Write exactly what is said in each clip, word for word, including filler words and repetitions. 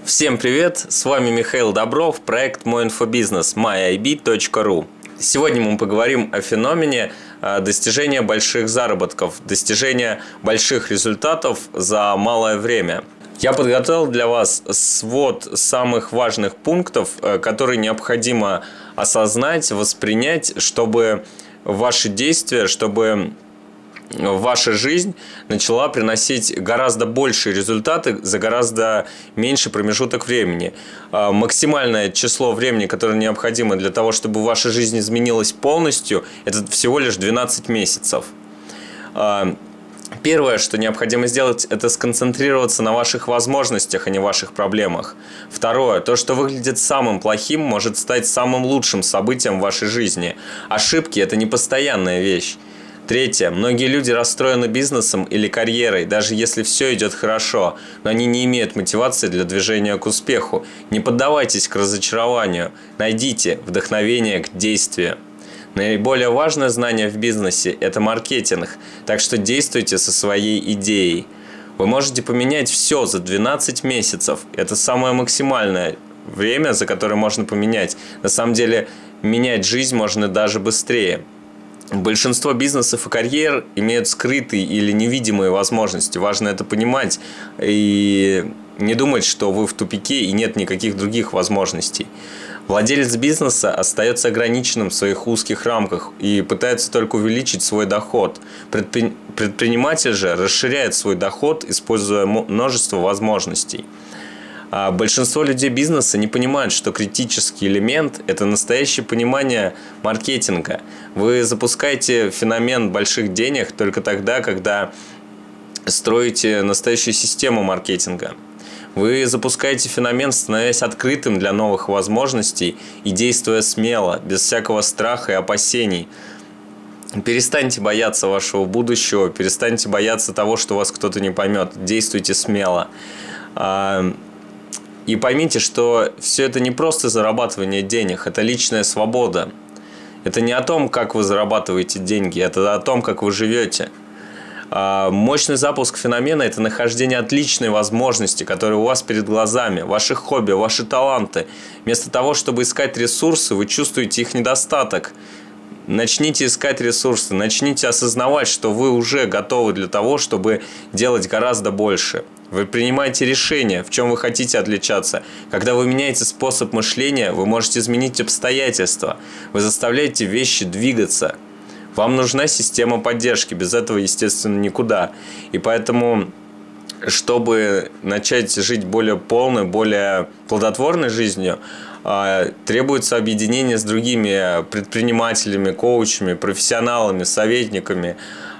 Всем привет, с вами Михаил Добров, проект мой инфобизнес май ай би точка ру. Сегодня мы поговорим о феномене достижения больших заработков, достижения больших результатов за малое время. Я подготовил для вас свод самых важных пунктов, которые необходимо осознать, воспринять, чтобы ваши действия, чтобы ваша жизнь начала приносить гораздо большие результаты за гораздо меньший промежуток времени. Максимальное число времени, которое необходимо для того, чтобы ваша жизнь изменилась полностью, это всего лишь двенадцать месяцев. Первое, что необходимо сделать, это сконцентрироваться на ваших возможностях, а не ваших проблемах. Второе, то, что выглядит самым плохим, может стать самым лучшим событием в вашей жизни. Ошибки – это не постоянная вещь. Третье. Многие люди расстроены бизнесом или карьерой, даже если все идет хорошо, но они не имеют мотивации для движения к успеху. Не поддавайтесь к разочарованию. Найдите вдохновение к действию. Наиболее важное знание в бизнесе – это маркетинг, так что действуйте со своей идеей. Вы можете поменять все за двенадцать месяцев. Это самое максимальное время, за которое можно поменять. На самом деле, менять жизнь можно даже быстрее. Большинство бизнесов и карьер имеют скрытые или невидимые возможности. Важно это понимать и не думать, что вы в тупике и нет никаких других возможностей. Владелец бизнеса остается ограниченным в своих узких рамках и пытается только увеличить свой доход. Предпри... Предприниматель же расширяет свой доход, используя множество возможностей. А большинство людей бизнеса не понимают, что критический элемент – это настоящее понимание маркетинга. Вы запускаете феномен больших денег только тогда, когда строите настоящую систему маркетинга. Вы запускаете феномен, становясь открытым для новых возможностей и действуя смело, без всякого страха и опасений. Перестаньте бояться вашего будущего, перестаньте бояться того, что вас кто-то не поймет. Действуйте смело. И поймите, что все это не просто зарабатывание денег, это личная свобода. Это не о том, как вы зарабатываете деньги, это о том, как вы живете. Мощный запуск феномена – это нахождение отличной возможности, которая у вас перед глазами, ваши хобби, ваши таланты. Вместо того, чтобы искать ресурсы, вы чувствуете их недостаток. Начните искать ресурсы, начните осознавать, что вы уже готовы для того, чтобы делать гораздо больше. Вы принимаете решение, в чем вы хотите отличаться. Когда вы меняете способ мышления, вы можете изменить обстоятельства. Вы заставляете вещи двигаться. Вам нужна система поддержки. Без этого, естественно, никуда. И поэтому, чтобы начать жить более полной, более плодотворной жизнью, требуется объединение с другими предпринимателями, коучами, профессионалами, советниками.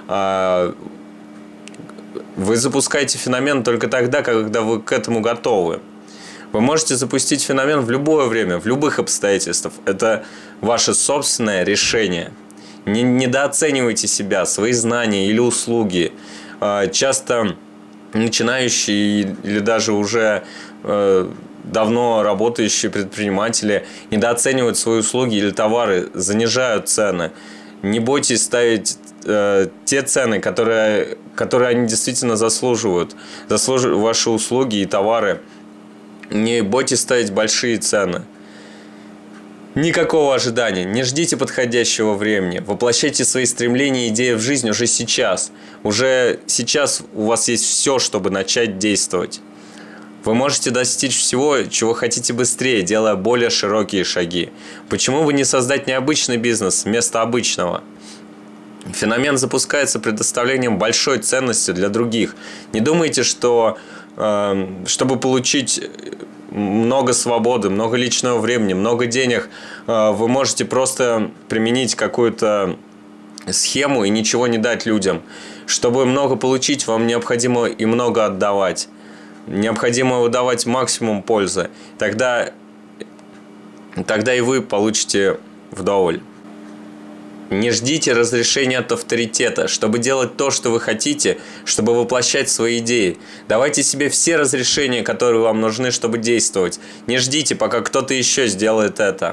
Вы запускаете феномен только тогда, когда вы к этому готовы. Вы можете запустить феномен в любое время, в любых обстоятельствах. Это ваше собственное решение. Не недооценивайте себя, свои знания или услуги. Часто начинающие или даже уже давно работающие предприниматели недооценивают свои услуги или товары, занижают цены. Не бойтесь ставить э, те цены, которые, которые они действительно заслуживают. Заслуживают ваши услуги и товары. Не бойтесь ставить большие цены. Никакого ожидания. Не ждите подходящего времени. Воплощайте свои стремления и идеи в жизнь уже сейчас. Уже сейчас у вас есть все, чтобы начать действовать. Вы можете достичь всего, чего хотите быстрее, делая более широкие шаги. Почему бы не создать необычный бизнес вместо обычного? Феномен запускается предоставлением большой ценности для других. Не думайте, что э, чтобы получить много свободы, много личного времени, много денег, э, вы можете просто применить какую-то схему и ничего не дать людям. Чтобы много получить, вам необходимо и много отдавать. Необходимо выдавать максимум пользы. Тогда, тогда и вы получите вдоволь. Не ждите разрешения от авторитета. Чтобы делать то, что вы хотите, чтобы воплощать свои идеи, давайте себе все разрешения, которые вам нужны, чтобы действовать. Не ждите, пока кто-то еще сделает это.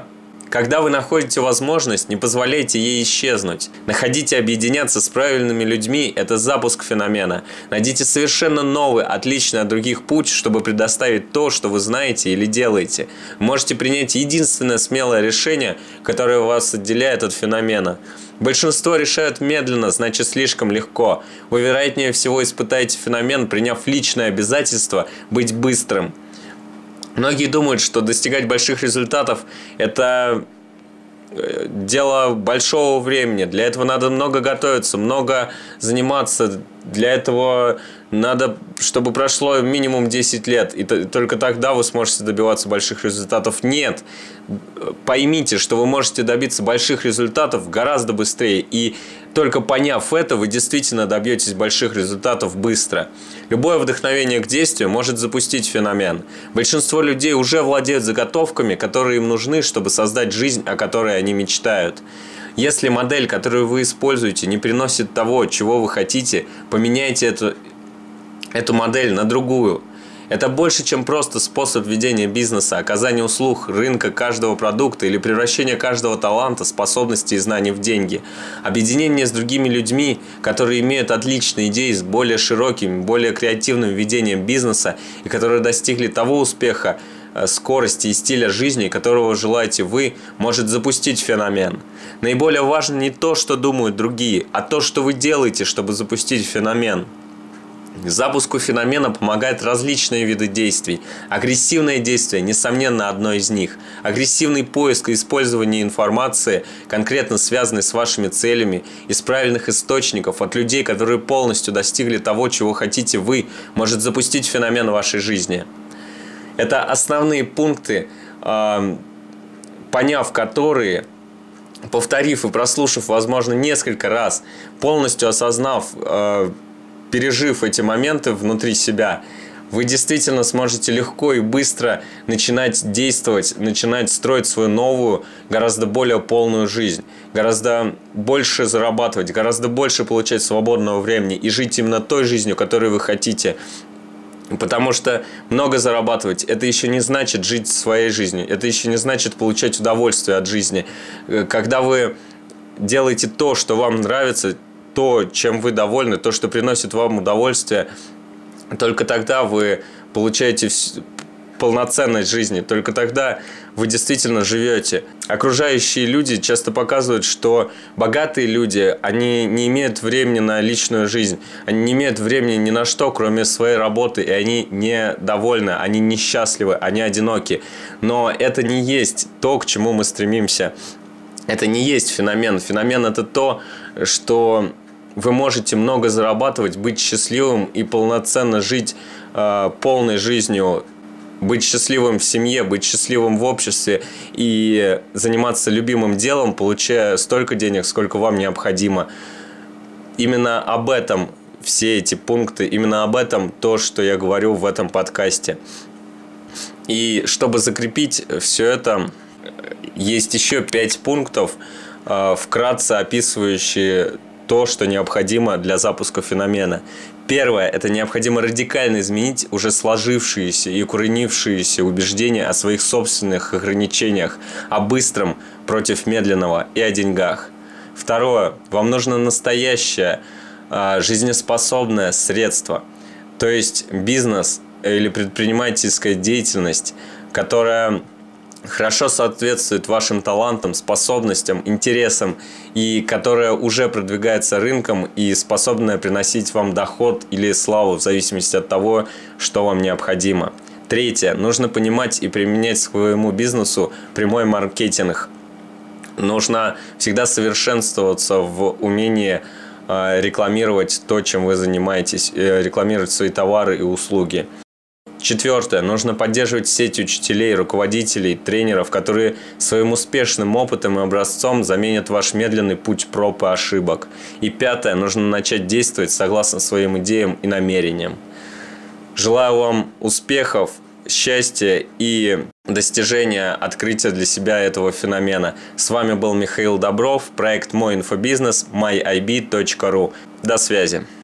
Когда вы находите возможность, не позволяйте ей исчезнуть. Находите объединяться с правильными людьми – это запуск феномена. Найдите совершенно новый, отличный от других путь, чтобы предоставить то, что вы знаете или делаете. Вы можете принять единственное смелое решение, которое вас отделяет от феномена. Большинство решают медленно, значит слишком легко. Вы, вероятнее всего, испытаете феномен, приняв личное обязательство быть быстрым. Многие думают, что достигать больших результатов – это дело большого времени. Для этого надо много готовиться, много заниматься. Для этого надо, чтобы прошло минимум десять лет. И только тогда вы сможете добиваться больших результатов. Нет. Поймите, что вы можете добиться больших результатов гораздо быстрее. И только поняв это, вы действительно добьетесь больших результатов быстро. Любое вдохновение к действию может запустить феномен. Большинство людей уже владеют заготовками, которые им нужны, чтобы создать жизнь, о которой они мечтают. Если модель, которую вы используете, не приносит того, чего вы хотите, поменяйте эту, эту модель на другую. Это больше, чем просто способ ведения бизнеса, оказания услуг, рынка каждого продукта или превращения каждого таланта, способностей и знаний в деньги. Объединение с другими людьми, которые имеют отличные идеи с более широким, более креативным ведением бизнеса и которые достигли того успеха, скорости и стиля жизни, которого желаете вы, может запустить феномен. Наиболее важно не то, что думают другие, а то, что вы делаете, чтобы запустить феномен. Запуску феномена помогают различные виды действий. Агрессивное действие, несомненно, одно из них. Агрессивный поиск и использование информации, конкретно связанной с вашими целями, из правильных источников, от людей, которые полностью достигли того, чего хотите вы, может запустить феномен в вашей жизни. Это основные пункты, поняв которые, повторив и прослушав, возможно, несколько раз, полностью осознав, пережив эти моменты внутри себя, вы действительно сможете легко и быстро начинать действовать, начинать строить свою новую, гораздо более полную жизнь, гораздо больше зарабатывать, гораздо больше получать свободного времени и жить именно той жизнью, которую вы хотите. Потому что много зарабатывать – это еще не значит жить своей жизнью, это еще не значит получать удовольствие от жизни. Когда вы делаете то, что вам нравится, то, чем вы довольны, то, что приносит вам удовольствие, только тогда вы получаете полноценность жизни, только тогда вы действительно живете. Окружающие люди часто показывают, что богатые люди, они не имеют времени на личную жизнь, они не имеют времени ни на что, кроме своей работы, и они недовольны, они несчастливы, они одиноки. Но это не есть то, к чему мы стремимся. Это не есть феномен. Феномен – это то, что вы можете много зарабатывать, быть счастливым и полноценно жить э, полной жизнью, быть счастливым в семье, быть счастливым в обществе и заниматься любимым делом, получая столько денег, сколько вам необходимо. Именно об этом все эти пункты, именно об этом то, что я говорю в этом подкасте. И чтобы закрепить все это, есть еще пять пунктов, э, вкратце описывающие то, что необходимо для запуска феномена. Первое – это необходимо радикально изменить уже сложившиеся и укоренившиеся убеждения о своих собственных ограничениях, о быстром против медленного и о деньгах. Второе – вам нужно настоящее жизнеспособное средство, то есть бизнес или предпринимательская деятельность, которая хорошо соответствует вашим талантам, способностям, интересам и которая уже продвигается рынком и способная приносить вам доход или славу в зависимости от того, что вам необходимо. Третье. Нужно понимать и применять к своему бизнесу прямой маркетинг. Нужно всегда совершенствоваться в умении рекламировать то, чем вы занимаетесь, рекламировать свои товары и услуги. Четвертое. Нужно поддерживать сеть учителей, руководителей, тренеров, которые своим успешным опытом и образцом заменят ваш медленный путь проб и ошибок. И пятое. Нужно начать действовать согласно своим идеям и намерениям. Желаю вам успехов, счастья и достижения открытия для себя этого феномена. С вами был Михаил Добров, проект Мой инфобизнес, май ай би точка ру. До связи.